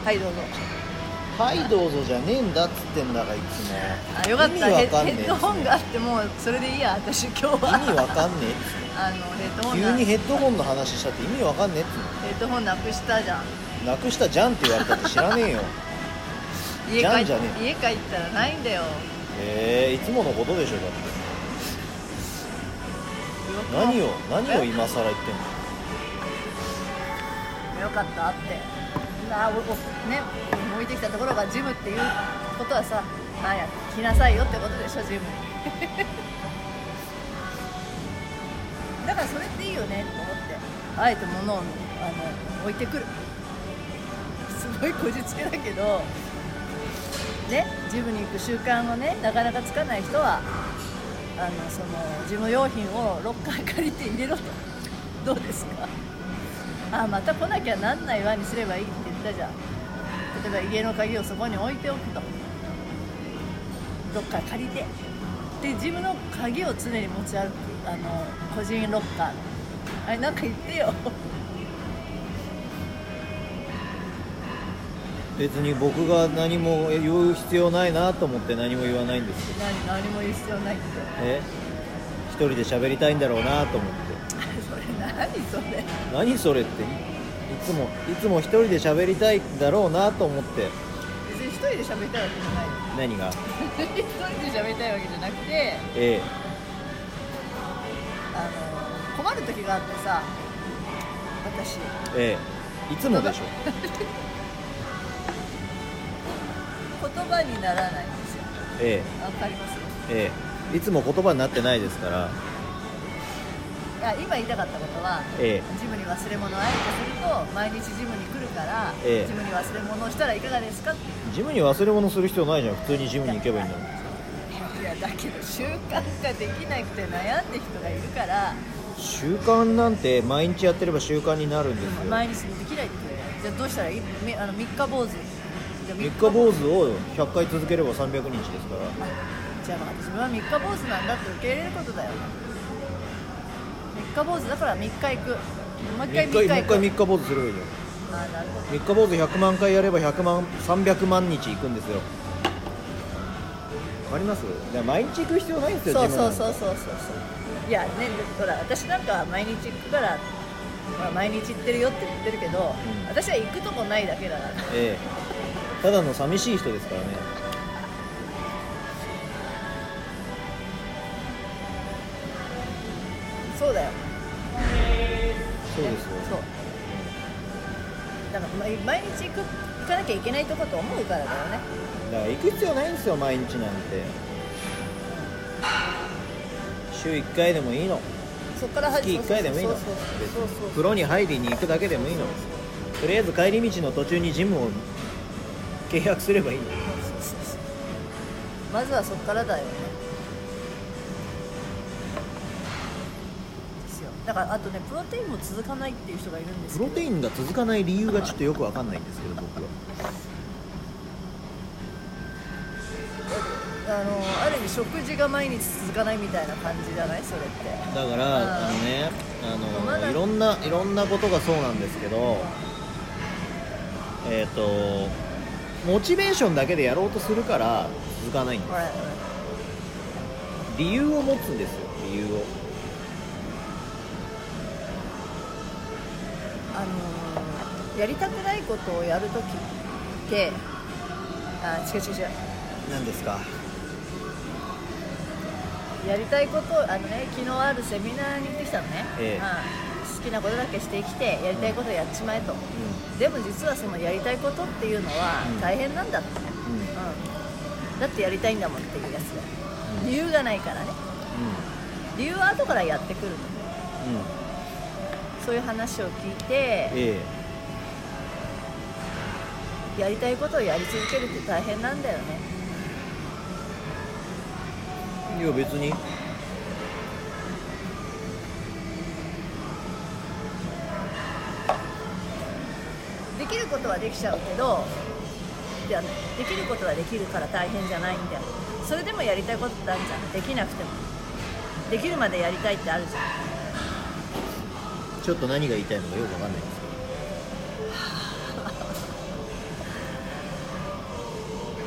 はいどうぞ。 はいどうぞじゃねえんだっつってんだからいつも。 あ、よかった。 意味わかんねえヘッドホンがあってもうそれでいいや私今日は。 意味わかんねえっヘッドホンつ急にヘッドホンの話したって意味わかんねえっつヘッドホンなくしたじゃん。 の。なくしたじゃんって言われたって知らねえよ。 家じゃんじゃね家帰ったらないんだよ。 いつものことでしょだって。何を今更言ってんの。 よかったってね、置いてきたところがジムっていうことはさ、来なさいよってことでしょジムに。だからそれっていいよねと思って、あえて物を置いてくる。すごいこじつけだけどね、ジムに行く習慣をねなかなかつかない人はそのジム用品をロッカー借りて入れろと。どうですか。また来なきゃなんないわにすればいいって言ったじゃん。例えば家の鍵をそこに置いておくと、ロッカー借りて、でジムの鍵を常に持ち歩く個人ロッカーのあれなんか言ってよ。 別に僕が何も言う必要ないなと思って何も言わないんですけど。 何も言う必要ないって。 一人で喋りたいんだろうなと思って。 それ何それっていつも一人で喋りたいんだろうなと思って。 別に一人で喋りたいわけじゃない。 何が。 一人で喋りたいわけじゃなくて、困る時があってさ、私いつもでしょ。 言葉にならないんですよ。わかります。 いつも言葉になってないですから。 今言いたかったことは、ジムに忘れ物をあえてすると毎日ジムに来るから、ジムに忘れ物をしたらいかがですかって。 ジムに忘れ物する必要ないじゃん。普通にジムに行けばいいんだもん。 いやだけど習慣ができなくて悩んでる人がいるから。 習慣なんて毎日やってれば習慣になるんですよ。 毎日できないって言う。じゃあどうしたらいい。三日坊主。 三日坊主を100回続ければ300日ですから。 じゃあ自分は三日坊主なんだって受け入れることだよ。三日坊主だから3日行く。もう一回三日坊主すればいいよ。 なるほど。 三日坊主100万回やれば300万日行くんですよ。わかります。毎日行く必要ないんですよ。 そう。いやね、ほら私なんか毎日行くから、毎日行ってるよって言ってるけど、私は行くとこないだけだから。 ただの寂しい人ですからね。 そうだよ。 そうですよ。 そうだから毎日行かなきゃいけないとこと思うからだよね。 だから行く必要ないんですよ毎日なんて。週1回でもいいの。 そっから月1回でもいいの。風呂に入りに行くだけでもいいの。とりあえず帰り道の途中にジムを契約すればいいの。 まずはそっからだよね。ですよ。だからあとね、プロテインも続かないっていう人がいるんですけど。 プロテインが続かない理由がちょっとよくわかんないんですけど僕は。 ある意味食事が毎日続かないみたいな感じじゃないそれって。 だからいろんなことがそうなんですけど、モチベーションだけでやろうとするから続かないんです。理由を持つんですよ。理由をやりたくないことをやるときって、違う。 何ですか。 やりたいこと昨日あるセミナーに行ってきたのね。好きなことだけして生きてやりたいことをやっちまえと。でも実はそのやりたいことっていうのは大変なんだって。だってやりたいんだもんっていうやつだ。理由がないからね。理由は後からやってくると。そういう話を聞いて、やりたいことをやり続けるって大変なんだよね。 いや別にできることはできちゃうけど、できることはできるから大変じゃないんだよ。それでもやりたいことってあるじゃん。できなくてもできるまでやりたいってあるじゃん。 ちょっと何が言いたいのかよくわかんないんですけど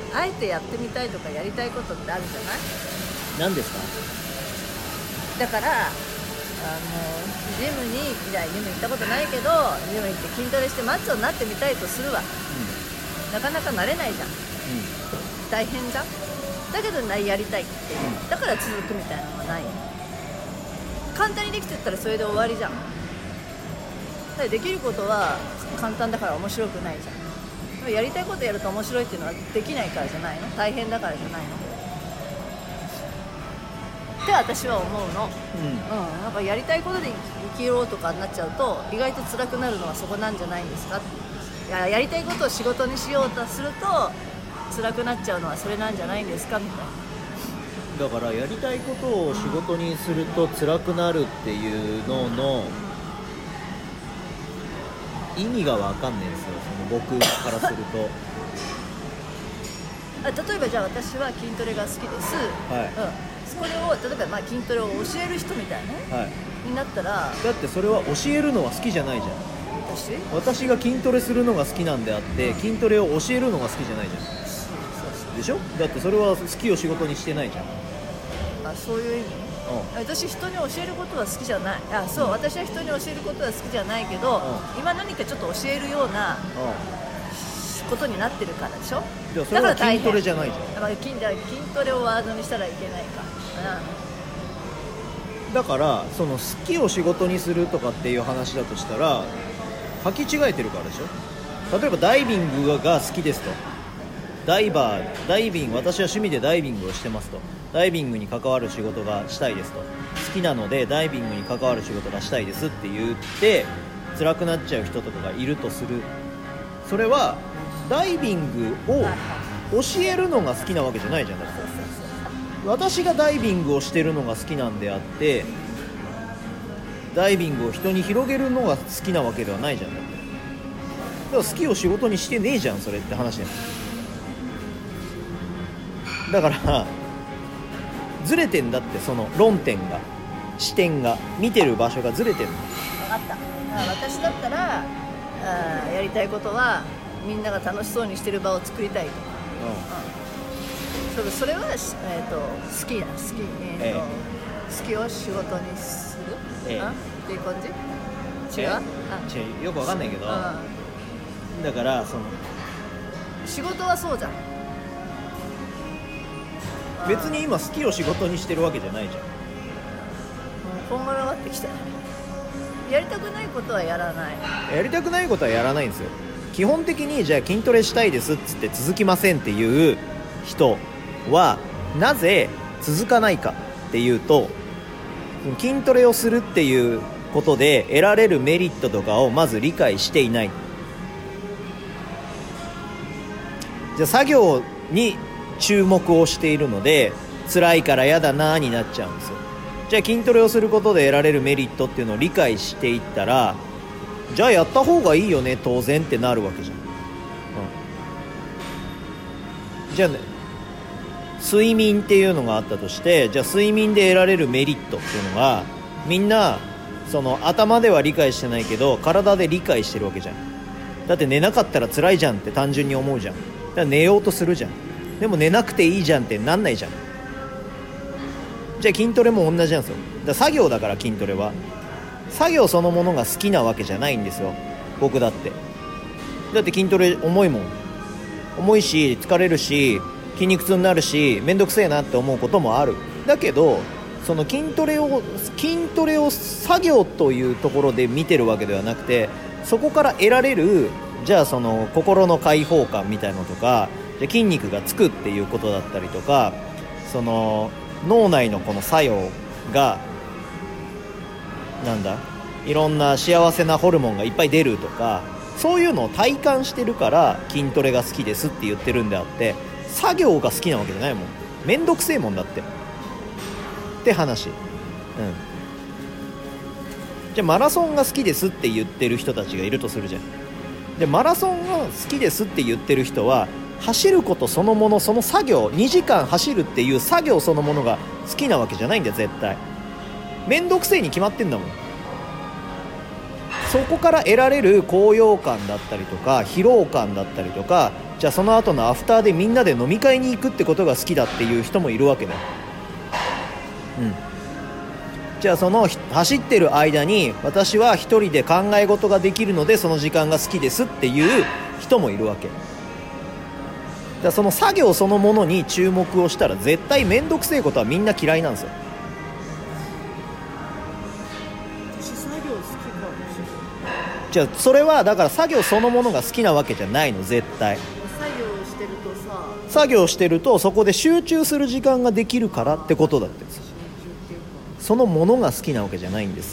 あえてやってみたいとかやりたいことってあるじゃない。 何ですか？ だからジムにジム行ったことないけど、ジム行って筋トレしてマッチョになってみたいとするわ、なかなかなれないじゃん、大変じゃん。だけどやりたいって、だから続くみたいなのはない。簡単にできてったらそれで終わりじゃん。だからできることは簡単だから面白くないじゃん。でもやりたいことやると面白いっていうのはできないからじゃないの？大変だからじゃないの？って私は思うの。なんかやりたいことで生きようとかになっちゃうと意外と辛くなるのはそこなんじゃないんですかって。やりたいことを仕事にしようとすると辛くなっちゃうのはそれなんじゃないんですかみたいな。 だからやりたいことを仕事にすると辛くなるっていうのの意味が分かんないんですよ、その僕からすると例えばじゃあ私は筋トレが好きです、それを例えば筋トレを教える人みたいな、になったら、 だってそれは教えるのは好きじゃないじゃん。私が筋トレするのが好きなんであって、筋トレを教えるのが好きじゃないじゃん。でしょ？だってそれは好きを仕事にしてないじゃん。 そういう意味。私人に教えることは好きじゃない。私は人に教えることは好きじゃないけど、今何かちょっと教えるようなことになってるからでしょ。 じゃあそれは筋トレじゃないじゃん。 筋トレをワードにしたらいけないか、 だからその好きを仕事にするとかっていう話だとしたら履き違えてるからでしょ。例えばダイビングが好きですと、ダイビング、私は趣味でダイビングをしてますと、ダイビングに関わる仕事がしたいですと、好きなのでダイビングに関わる仕事がしたいですって言って辛くなっちゃう人とかがいるとする。それはダイビングを教えるのが好きなわけじゃないじゃん。だって私がダイビングをしてるのが好きなんであって、ダイビングを人に広げるのが好きなわけではないじゃん。だから好きを仕事にしてねえじゃんそれって話だよ。だからずれてんだって、その論点が、視点が、見てる場所がずれてんの。 分かった。私だったらやりたいことはみんなが楽しそうにしてる場を作りたいとか、それは、好きを仕事にする、っていう感じ？違う？ よくわかんないけど、だからその仕事はそうじゃん。 別に今好きを仕事にしてるわけじゃないじゃん。 こんがらがってきた。やりたくないことはやらない。 やりたくないことはやらないんですよ。基本的にじゃあ筋トレしたいですっつって続きませんっていう人はなぜ続かないかっていうと、筋トレをするっていうことで得られるメリットとかをまず理解していない。じゃあ作業に注目をしているので辛いからやだなになっちゃうんですよ。じゃあ筋トレをすることで得られるメリットっていうのを理解していったら、じゃあやった方がいいよね当然ってなるわけじゃん、じゃあね、睡眠っていうのがあったとして、じゃあ睡眠で得られるメリットっていうのがみんなその頭では理解してないけど体で理解してるわけじゃん。だって寝なかったら辛いじゃんって単純に思うじゃん。だから寝ようとするじゃん。でも寝なくていいじゃんってなんないじゃん。じゃあ筋トレも同じなんですよ。だから作業だから、筋トレは作業そのものが好きなわけじゃないんですよ。僕だって筋トレ重いもん。重いし疲れるし筋肉痛になるしめんどくせえなって思うこともある。だけどその筋トレを作業というところで見てるわけではなくて、そこから得られるじゃあその心の解放感みたいなのとか、じゃあ筋肉がつくっていうことだったりとか、その脳内のこの作用がいろんな幸せなホルモンがいっぱい出るとか、そういうのを体感してるから筋トレが好きですって言ってるんであって、作業が好きなわけじゃないもん。めんどくせえもんだって話。じゃあマラソンが好きですって言ってる人たちがいるとするじゃん。でマラソンが好きですって言ってる人は走ることそのもの、その作業2時間走るっていう作業そのものが好きなわけじゃないんだよ絶対。めんどくせえに決まってんだもん。そこから得られる高揚感だったりとか疲労感だったりとかじゃあその後のアフターでみんなで飲み会に行くってことが好きだっていう人もいるわけだよ。じゃあその走ってる間に私は一人で考え事ができるのでその時間が好きですっていう人もいるわけだから、その作業そのものに注目をしたら絶対面倒くせえことはみんな嫌いなんですよ。 私作業好きかもしれない。 じゃあそれはだから作業そのものが好きなわけじゃないの。絶対作業してるとさ、 作業してるとそこで集中する時間ができるからってことだってんですよ。 集中っていうか、 そのものが好きなわけじゃないんです。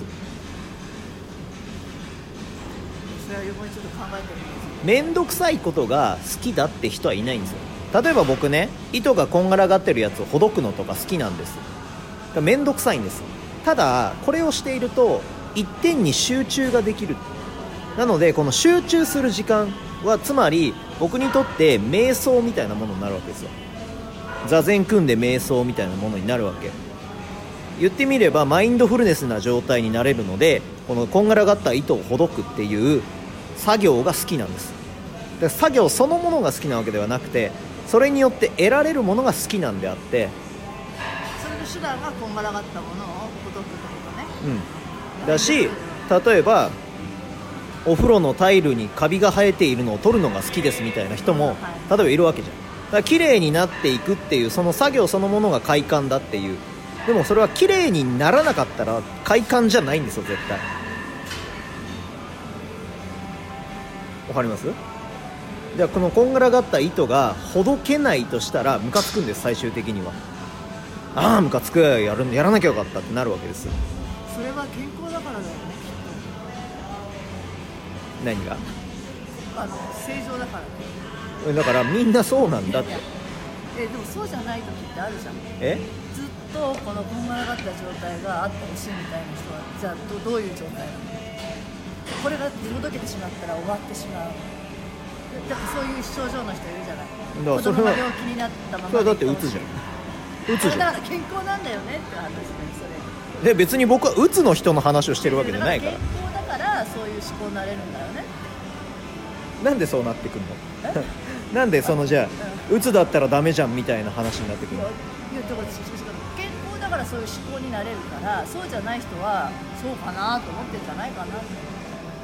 それは横にちょっと考えてみます。 面倒くさいことが好きだって人はいないんですよ。例えば僕ね、糸がこんがらがってるやつをほどくのとか好きなんです。だから面倒くさいんです。ただこれをしていると一点に集中ができる。なのでこの集中する時間はつまり僕にとって瞑想みたいなものになるわけですよ。座禅組んで瞑想みたいなものになるわけ。言ってみればマインドフルネスな状態になれるので、このこんがらがった糸をほどくっていう作業が好きなんです。で作業そのものが好きなわけではなくて、それによって得られるものが好きなんであって、 それの手段がこんがらがったものをほどくってことね。 だし、例えばお風呂のタイルにカビが生えているのを取るのが好きですみたいな人も例えばいるわけじゃん。だから綺麗になっていくっていうその作業そのものが快感だっていう。でもそれは綺麗にならなかったら快感じゃないんですよ絶対。わかります？じゃあこのこんがらがった糸がほどけないとしたらムカつくんです。最終的にはああムカつく、やらなきゃよかったってなるわけです。 それは健康だからだよね、 何が？ きっと。正常だからね。 だからみんなそうなんだって。 いやでもそうじゃない時ってあるじゃん。 え？ ずっとこのこんがらがった状態があってほしいみたいな人はじゃあどういう状態なの？これがほどけてしまったら終わってしまう。だってそういう症状の人いるじゃない。 だからそれは子供が病気になったままそれはだってうつじゃん。うつじゃん。 だから健康なんだよねって話ね、それ。 で別に僕はうつの人の話をしてるわけじゃないから。 健康だからそういう思考になれるんだよね。 なんでそうなってくんの？なんでそのじゃあうつだったらダメじゃんみたいな話になってくるの？ いやだから健康だからそういう思考になれるから、そうじゃない人はそうかなと思ってるんじゃないかなって。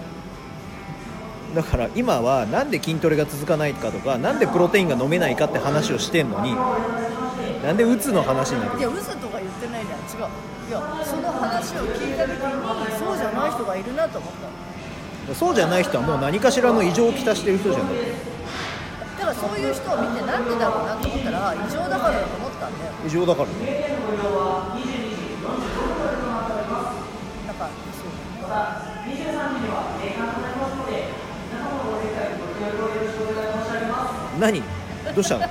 だから今はなんで筋トレが続かないかとか、なんでプロテインが飲めないかって話をしてんのに、なんでうつの話になる？ いや、うつとか言ってないじゃん。違う。いや、その話を聞いた時にそうじゃない人がいるなと思った。 そうじゃない人はもう何かしらの異常をきたしてる人じゃなくて。 だからそういう人を見てなんでだろうなと思ったら異常だからだと思ったんだよ。 異常だからね。 だからそうだね。 何？どうしたの？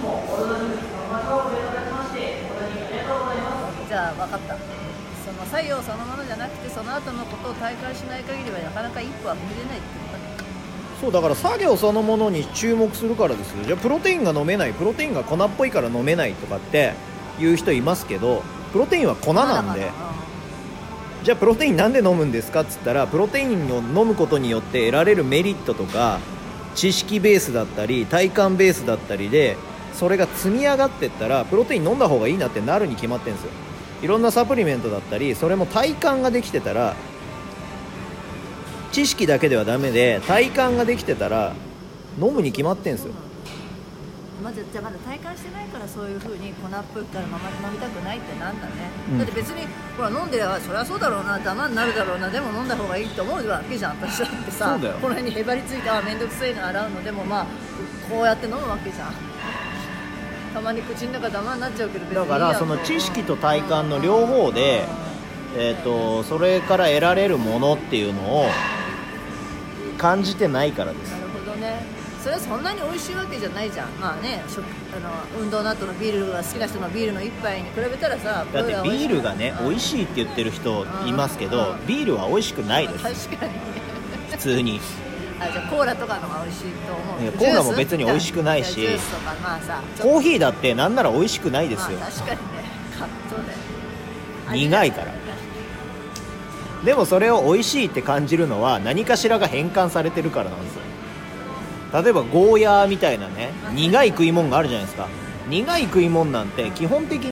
じゃあ分かった。その作業そのものじゃなくてその後のことを体感しない限りはなかなか一歩は踏み出ないってことね。 そうだから作業そのものに注目するからですよ。じゃあプロテインが飲めない、プロテインが粉っぽいから飲めないとかって言う人いますけど、プロテインは粉なんで、じゃあプロテインなんで飲むんですかっつったら、プロテインを飲むことによって得られるメリットとか知識ベースだったり体感ベースだったりで、それが積み上がってったらプロテイン飲んだ方がいいなってなるに決まってるんですよ。いろんなサプリメントだったり、それも体感ができてたら、知識だけではダメで体感ができてたら飲むに決まってんですよ。 じゃあまだ体感してないからそういう風に粉っぽいから飲みたくないってなんだね、だって別にほら飲んでそりゃそうだろうな、ダマになるだろうな、でも飲んだ方がいいと思うわけじゃん。私だってさ、この辺にへばりついて面倒くさいの洗うのでもまあこうやって飲むわけじゃん。たまに口の中ダマになっちゃうけど別にいいや。 だからその知識と体感の両方で、それから得られるものっていうのを感じてないからです。 なるほどね。それはそんなに美味しいわけじゃないじゃん。まあね、運動の後のビールが好きな人のビールの一杯に比べたらさ、 だってビールがね、美味しいって言ってる人いますけど、ビールは美味しくないです。 確かに普通に。 じゃあコーラとかのが美味しいと思う。 いやコーラも別に美味しくないし、 ジュースとかまあさ、 コーヒーだってなんなら美味しくないですよ。 まあ、確かにね、そうだよ。 苦いから。でもそれを美味しいって感じるのは何かしらが変換されてるからなんですよ。 例えばゴーヤーみたいなね苦い食い物があるじゃないですか。苦い食い物なんて基本的に